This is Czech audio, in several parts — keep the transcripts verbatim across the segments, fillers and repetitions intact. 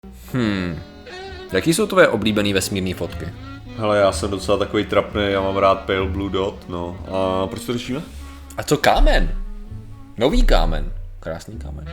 Hmm. Jaký jsou tvoje oblíbený vesmírné fotky? Hele, já jsem docela takový trapný, já mám rád Pale Blue Dot, no. A proč to řešíme? A co kámen? Nový kámen. Krásný kámen.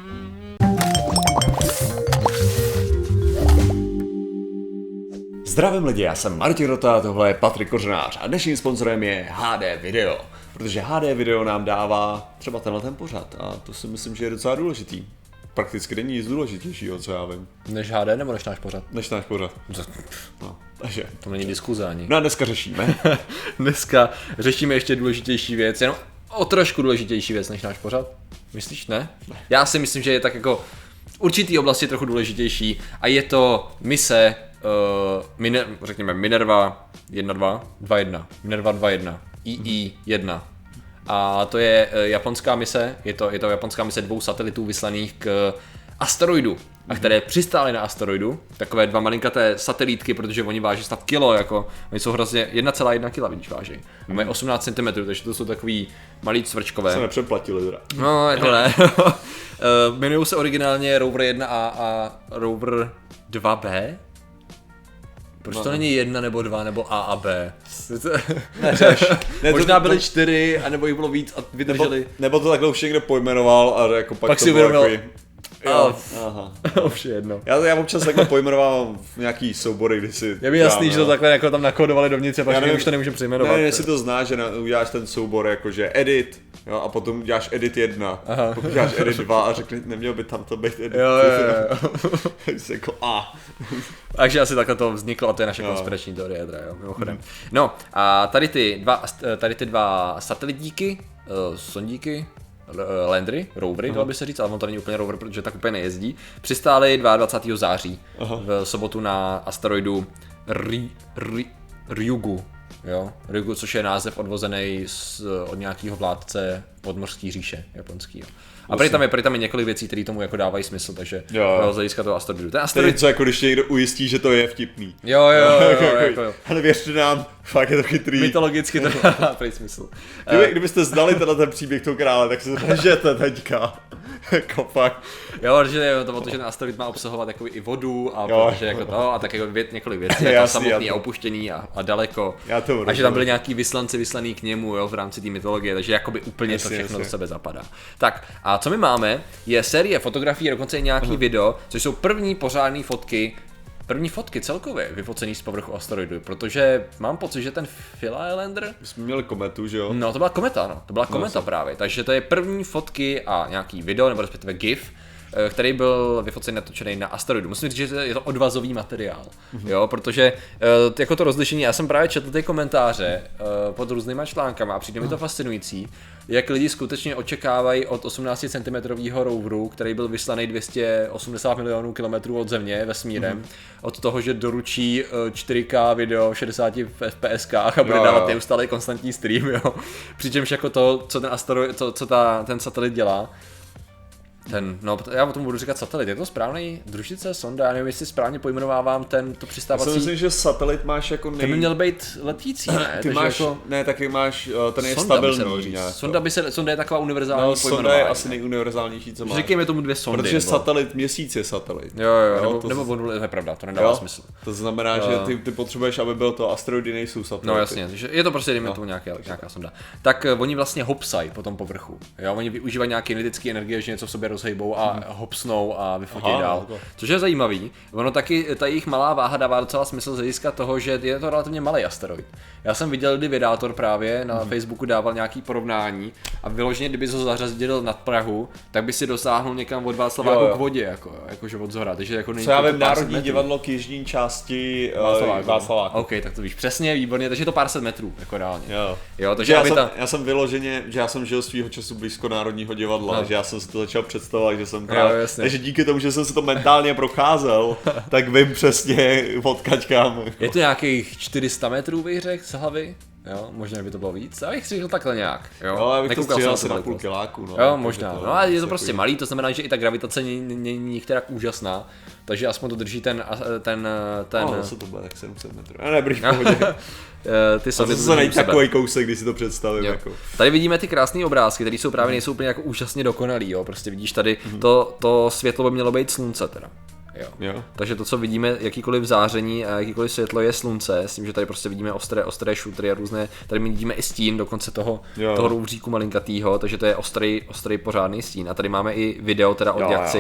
Zdravím lidi, já jsem Martin Rota, tohle je Patrik Kořenář a dnešním sponzorem je H D Video. Protože H D Video nám dává třeba tenhle ten pořad a to si myslím, že je docela důležitý. Prakticky není nic důležitějšího, co já vím. Než H D nebo než náš pořad? Než náš pořad. No, takže. To není diskuze ani. No a dneska řešíme. Dneska řešíme ještě důležitější věc, jenom o trošku důležitější věc než náš pořad. Myslíš, ne? ne? Já si myslím, že je tak jako určitý oblasti trochu důležitější a je to mise, uh, miner, řekněme Minerva jedna dva, dva jedna, Minerva dva jedna, I I jedna. A to je uh, japonská mise, je to, je to japonská mise dvou satelitů vyslaných k asteroidu, a které přistály na asteroidu, takové dva malinkaté satelítky, protože oni váží snad kilo, jako, oni jsou hrozně jedna celá jedna kila, vidíš, váží. A mají osmnáct centimetrů, takže to jsou takový malý cvrčkové. Se nepřeplatili teda. No, jako ne. uh, jmenují se originálně Rover jedna A a Rover dva B? Proč to není jedna nebo dva nebo A a B? Ne, ne, možná to, byly to, čtyři a nebo jich bylo víc a vydrželi. Nebo, nebo to takhle už někdo pojmenoval a jako pak, pak to si bylo uvědomil. takový... Jo, aha. Už je jedno. Já, já občas takhle pojmenovám v nějaký soubory, kdy si... Je mi jasný, že to takhle jako tam nakodovali dovnitř a pak nevím, už to nemůžeme přejmenovat. Ne, jestli to znáš, že na, uděláš ten soubor jakože edit, jo, a potom uděláš edit jedna, aha. Potom uděláš edit dva a řekli, neměl by tam to být edit. Jo, jo, jo. jako a. Takže asi takhle to vzniklo a to je naše konspirační teorie, teda, jo, mimochodem. Hmm. No a tady ty dva, tady ty dva satelitíky, uh, sondíky, Landry, rovery, dalo by se říct, ale on to není úplně rover, protože tak úplně nejezdí, přistáli dvacátého druhého září aha. v sobotu na asteroidu Ry, Ry, Ryugu, jo? Ryugu, což je název odvozený z, od nějakého vládce podmořské říše japonský. Jo? A prý tam je, prý tam je několik věcí, které tomu jako dávají smysl, takže z hlediska toho asteroidu. Ten asteroid... Tedy co, jako když někdo ujistí, že to je vtipný. Jo, jo, jo, jo, jo jako jo. Ale věřte nám, fakt je to chytrý. Mytologicky to dává prý smysl. Kdyby, kdybyste znali tenhle ten příběh toho krále, tak se řežete teďka. Jako fakt. Jo, že je to o to, že ten asteroid má obsahovat jako i vodu a jo, protože jako to a tak jako věc, několik věcí, jako samotný a opuštěný a, a daleko. Já to a že tam byli nějaký vyslanci vyslaný k němu, jo, v rámci té mytologie, takže jakoby úplně jasně, to všechno jasně. do sebe zapadá. Tak a co my máme, je série fotografií, dokonce i nějaký uh-huh. video, což jsou první pořádné fotky, první fotky celkově vyfocený z povrchu asteroidu, protože mám pocit, že ten Philae Lander... My jsme měli kometu, že jo? No to byla kometa, no, to byla kometa no, právě, takže to je první fotky a nějaký video, nebo respektive GIF, který byl vyfocený, natočený na asteroidu. Musím říct, že je to odvazový materiál, mm-hmm. jo, protože jako to rozlišení, já jsem právě četl ty komentáře pod různýma článkama a přijde mi to fascinující, jak lidi skutečně očekávají od osmnácti centimetrového roveru, který byl vyslaný dvě stě osmdesát milionů kilometrů od Země vesmírem, mm-hmm. od toho, že doručí čtyři ká video v šedesáti F P S kách a bude dávat neustále konstantní stream, jo. Přičemž jako to, co ten asteroid, co, co ta, ten satelit dělá, ten, no, já o tom budu říkat satelit, je to správný družice, sonda, já nevím, jestli správně pojmenovávám ten, to přistávací... Já si myslím, že satelit máš jako nej... Ten by měl být letící, ne? Ty máš, jako... ne, taky máš, ten je stabilní. Sonda, by se, sonda je taková univerzální no, pojmenování. Sonda je asi nejuniverzálnější, co máš. Říkejme tomu dvě sondy. Protože nebo... satelit, měsíc je satelit. Jo, jo, jo nebo, to nebo z... to je pravda, to nedává jo? smysl. To znamená, že ty, ty potřebuješ, aby byl to, asteroidy nejsou satelity. No jasně, je to prostě, dejme no. tomu nějaká, nějaká sonda. Tak oni vlastně hopsají po tom povrchu, jo, oni využívají nějaké kinetické energie, že něco v sobě rozhejbou a hmm. hopsnou a vyfotí Aha, dál, no což je zajímavý. Ono taky, ta jejich malá váha dává docela smysl z hlediska toho, že je to relativně malý asteroid. Já jsem viděl, kdy vydátor právě na mm. Facebooku dával nějaký porovnání a vyloženě, kdyby ho zařadil nad Prahu, tak by si dosáhnul někam od Václaváku k vodě, jako, jakože od zhora. Takže jako co já vím, Národní divadlo k jižní části Václaváku. Václaváku. OK, tak to víš přesně, výborně, takže je to pár set metrů, jako reálně. Jo. Jo, takže já, jsem, ta... já jsem vyloženě, že já jsem žil svýho času blízko Národního divadla, no. že já jsem si to začal představovat, že jsem právě, jo, takže díky tomu, že jsem se to mentálně procházel, tak vím přesně odkaď kam. Je to nějakých čtyři sta metrů, bych řekl, z hlavy? Jo, možná by to bylo víc, já bych řekl takhle nějak. Jo, no, já bych to stříhal asi na půl kiláku. No, jo, možná, to, no a je to prostě malý, to znamená, že i ta gravitace není některá úžasná, takže aspoň to drží ten, ten, ten... No, zase to bude tak sedm set metrů, a nebrž v pohodě. Ty sondy to není takový kousek, když si to představím. Jako. Tady vidíme ty krásné obrázky, které jsou právě nejsou úplně jako úžasně dokonalý, jo, prostě vidíš tady, mm-hmm. to, to světlo by mělo být slunce teda. Jo. Jo. Takže to, co vidíme, jakýkoliv záření a jakýkoliv světlo je slunce, s tím, že tady prostě vidíme ostré, ostré šutry a různé, tady my vidíme i stín dokonce toho, jo. toho rouvříku malinkatýho, takže to je ostrý, ostrý pořádný stín. A tady máme i video teda od Jakci.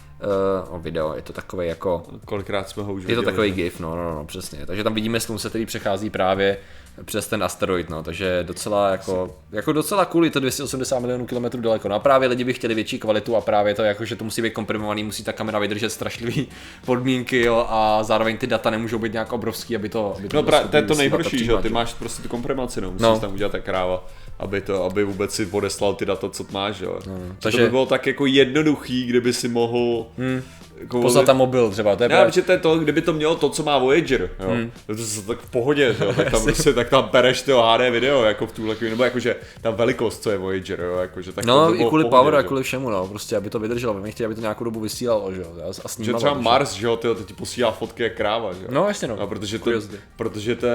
Uh, o video, je to takový jako... Kolikrát jsme ho už Je viděli, to takový že? gif, no, no, no, přesně. Takže tam vidíme slunce, který přechází právě přes ten asteroid, no, takže docela jako, jako docela cool, je to dvě stě osmdesát milionů kilometrů daleko. No a právě lidi by chtěli větší kvalitu a právě to jako, že to musí být komprimovaný, musí ta kamera vydržet strašlivý podmínky, jo, a zároveň ty data nemůžou být nějak obrovský, aby to... Aby to no právě, to je to schopný nejhorší, že data ty máš prostě tu komprimaci, no, musíš no. tam udělat ta kráva, aby to, aby vůbec si odeslal ty data, co máš, jo. No, takže... To by bylo tak jako jednoduchý, kdyby si mohl... Hmm. Jako poslat tam mobil třeba, to je já, právě... to je to, kdyby to mělo to, co má Voyager, jo. Hmm. To je tak v pohodě, jo. Tak tam prostě, tak tam pereš toho H D video, jako v tuhle chvíli, nebo jakože ta velikost, co je Voyager, jo, jakože tak no, to by i kvůli pohodě, power a jo. kvůli všemu, no, prostě, aby to vydrželo, my chtěli, aby to nějakou dobu vysílalo, že jo, a snímalo. Že třeba Mars, že jo, tyjo, to ti posílá fotky jak kráva, že jo. No, jasně no. no protože, to, protože, to,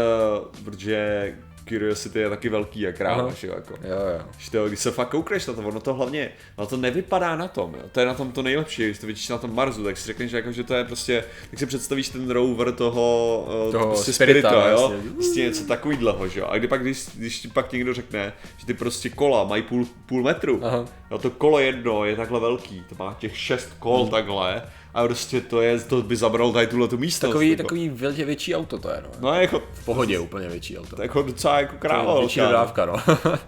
protože Curiosity je taky velký jak kráva, že jo, jako. Jo, jo. Že to, když se fakt koukneš na to, ono to hlavně, no to nevypadá na tom, jo. To je na tom to nejlepší, když to vidíš na tom Marsu, tak si řekneš, že, jako, že to je prostě, tak si představíš ten rover toho, toho prostě Spirita, Spirita jo, prostě něco takovýhleho, že jo. A kdy pak, když, když ti pak někdo řekne, že ty prostě kola mají půl, půl metru, jo, to kolo jedno je takhle velký, to má těch šest kol hmm. takhle, a prostě to je, to by zabralo tady tuhletu místnost. Takový, jako. takový větě větší auto to je, no. No jako... V pohodě úplně větší auto. To je jako docela jako kráva. Větší dodávka, no.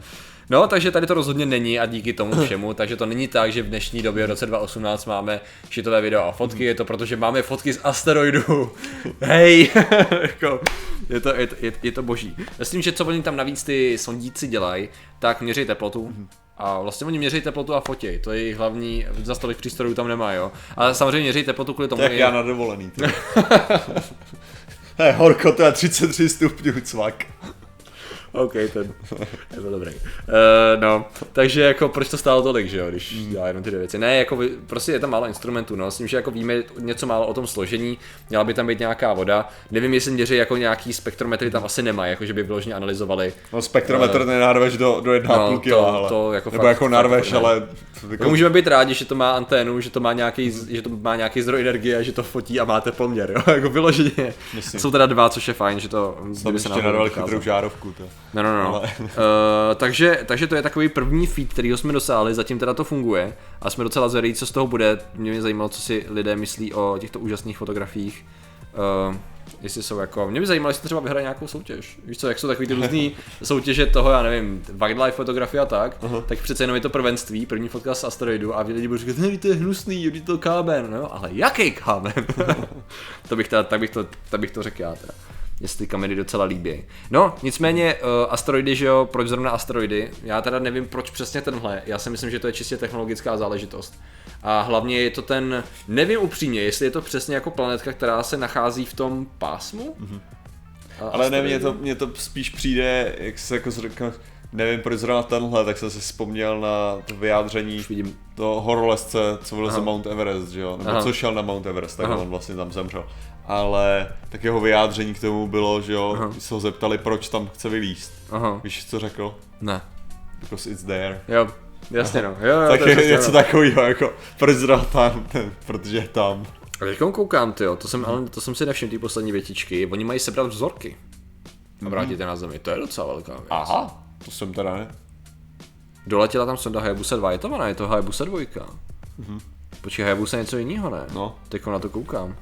No, takže tady to rozhodně není a díky tomu všemu, takže to není tak, že v dnešní době v roce dva tisíce osmnáct máme šitové video a fotky, je to proto, že máme fotky z asteroidů. Hej, jako, je to, je, je, je to boží. Myslím, že co oni tam navíc ty sondíci dělají, tak měří teplotu. A vlastně oni měří teplotu a fotěj, to je jejich hlavní, za tolik přístrojů tam nemá, jo. Ale samozřejmě měří teplotu kvůli tomu. Tak já na dovolený. Hej, horko, to je třicet tři stupňů cvak. OK, ten je to dobrý. Uh, no, takže jako proč to stálo tolik, že jo, když mm. dělá jenom ty dvě věci. Ne, jako prostě je tam málo instrumentů, no, s tím, že jako víme něco málo o tom složení, měla by tam být nějaká voda. Nevím, jestli měří jako nějaký spektrometry tam asi nemají, jako že by vyloženě analyzovali. No spektrometr uh, nenarveš do, do jedna no, půl kila, ale. To jako nebo fakt, jako narveš, fakt, ale. Jako... Můžeme být rádi, že to má anténu, že to má nějaký, že to má nějaký zdroj energie, že to fotí a máte poměr, jo, jako vyloženě. Myslím. Jsou teda dva, což je fajn, že to kdyby se narvali chytrou žárovku, to. No, no, no. Ale... uh, takže, takže to je takový první feed, kterýho jsme dosáhli, zatím teda to funguje a jsme docela zvědaví, co z toho bude. Mě mě zajímalo, co si lidé myslí o těchto úžasných fotografiích. Uh, jestli jsou jako, mě by zajímalo, jestli třeba vyhrají nějakou soutěž. Víš co, jak jsou takový ty různý soutěže toho, já nevím, wildlife fotografie a tak, uh-huh. tak přece jenom je to prvenství, první fotka z asteroidu a lidi budou říkat, hej, to je hnusný, je to kámen, no, ale jaký kámen? to bych teda, tak bych to, tak bych to řekl já teda. Jestli kameny docela líbí. No, nicméně uh, asteroidy, že jo, proč zrovna asteroidy? Já teda nevím, proč přesně tenhle, já si myslím, že to je čistě technologická záležitost. A hlavně je to ten, nevím upřímně, jestli je to přesně jako planetka, která se nachází v tom pásmu? Mm-hmm. Ale ne, mně to, mně to spíš přijde, jak se jako zřekl, nevím proč zrovna tenhle, tak jsem si vzpomněl na to vyjádření toho horolezce, co vyleze Mount Everest, že jo, nebo Aha. co šel na Mount Everest, tak Aha. on vlastně tam zemřel. Ale tak jeho vyjádření k tomu bylo, že jo, Aha. se ho zeptali, proč tam chce vylízt. Aha. Víš, co řekl? Ne. Because it's there. Jo, jasně no. Jo, jo, tak to je je něco takového, jako, proč zrovna tam, protože je tam. A teď koukám, tyjo, to jsem, hmm. ale to jsem si nevšiml, ty poslední větičky, oni mají sebrat vzorky a vrátit je na Zemi, to je docela velká věc. Aha, to jsem teda ne. Doletěla tam sonda Hayabusa dva, je to ona, je to Hayabusa dva. Mm-hmm. Počkej, Hayabusa je něco jiného, ne? No. Teď na to koukám.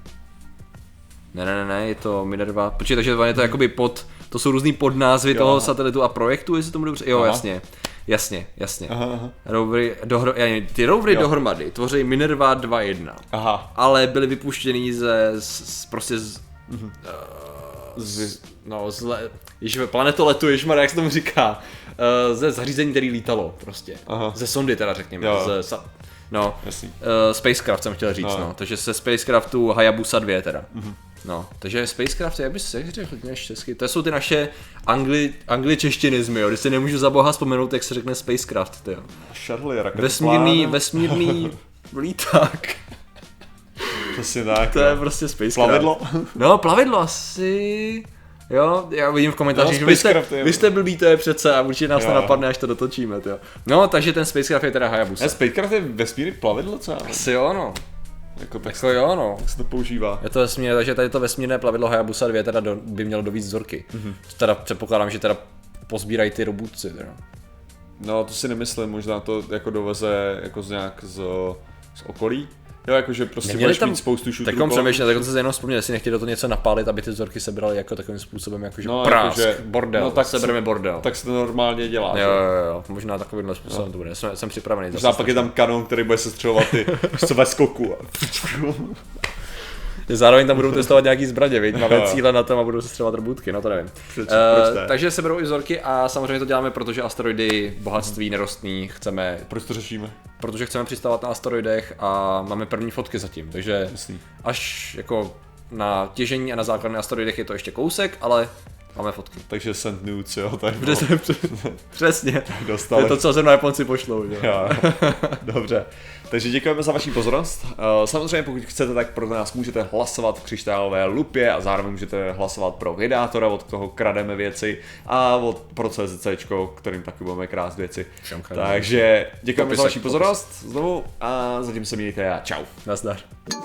Ne, ne, ne, ne, je to Minerva. Počkej, takže to je to mm. jakoby pod, to jsou různý podnázvy jo. toho satelitu a projektu, jestli tomu dobře, jo, aha. jasně. Jasně, jasně. Aha, aha. Rovery, dohro, ty rovery dohromady tvoří Minerva dva jedna. Aha. Ale byly vypuštěný ze, z, prostě z, mm-hmm. uh, z, no, z, ježiš, planetoletu, ježišmarja, jak se tomu říká, uh, ze zařízení, který lítalo prostě. Aha. Ze sondy teda řekněme, jo. ze, sa, no, uh, spacecraft jsem chtěl říct, no. no, takže se spacecraftu Hayabusa dva teda. Mm-hmm. No, takže spacecraft, jak bys se řekl česky, to jsou ty naše angli, angličeštinizmy, jo, když si nemůžu za boha vzpomenout, jak se řekne spacecraft, jo. Shuttle, vesmírný, vesmírný líták. Přesně tak. To je prostě spacecraft. Plavidlo? No, plavidlo asi. Jo, já vidím v komentářích, no, vy, jste, vy jste blbý, to je přece a určitě nás to napadne, až to dotočíme, jo. No, takže ten spacecraft je teda Hayabusa. A spacecraft je vesmírný plavidlo, co? Asi jo, no. Jako, tak Jako jo, no. se to používá. Je to vesmírné, takže tady to vesmírné plavidlo Hayabusa dva teda do, by mělo dovíc vzorky. Mm-hmm. Teda předpokládám, že teda pozbírají ty robůdci teda. No to si nemyslím, možná to jako doveze jako z nějak z, z okolí. Jo, jakože prostě budeš mít spoustu šutrů. Tak přemýšlel, tak on se jenom vzpomněl, jestli nechtěli do toho něco napálit, aby ty vzorky sebrali jako takovým způsobem, jakože no, prásk, jako, že, bordel, no, tak sebereme bordel. Tak se to normálně dělá. Jo, jo, jo, možná takovýmhle způsobem no. To bude, jsem, jsem připravený. Možná pak je tam kanon, který bude sestřelovat ty co ve skoku. Zároveň tam budou testovat nějaký zbraně, viď? Máme cíle na tom a budou sestřelovat robůtky, no to nevím. Proč, uh, proč takže se berou i vzorky a samozřejmě to děláme, protože asteroidy, bohatství nerostný chceme. Proč to řešíme? Protože chceme přistávat na asteroidech a máme první fotky zatím, takže Myslím. až jako na těžení a na základních asteroidech je to ještě kousek, ale máme fotky. Takže send nudes, jo, tak přesně. Dostali. To je to, co se na Japonci pošlou, jo. Jo. Dobře. Takže děkujeme za vaši pozornost. Samozřejmě pokud chcete, tak pro nás můžete hlasovat v křišťálové lupě a zároveň můžete hlasovat pro Vydátora, od koho krademe věci, a od pro C Z C, kterým taky budeme krást věci. Takže děkujeme za vaši pozornost znovu a zatím se mějte a čau. Nazdar.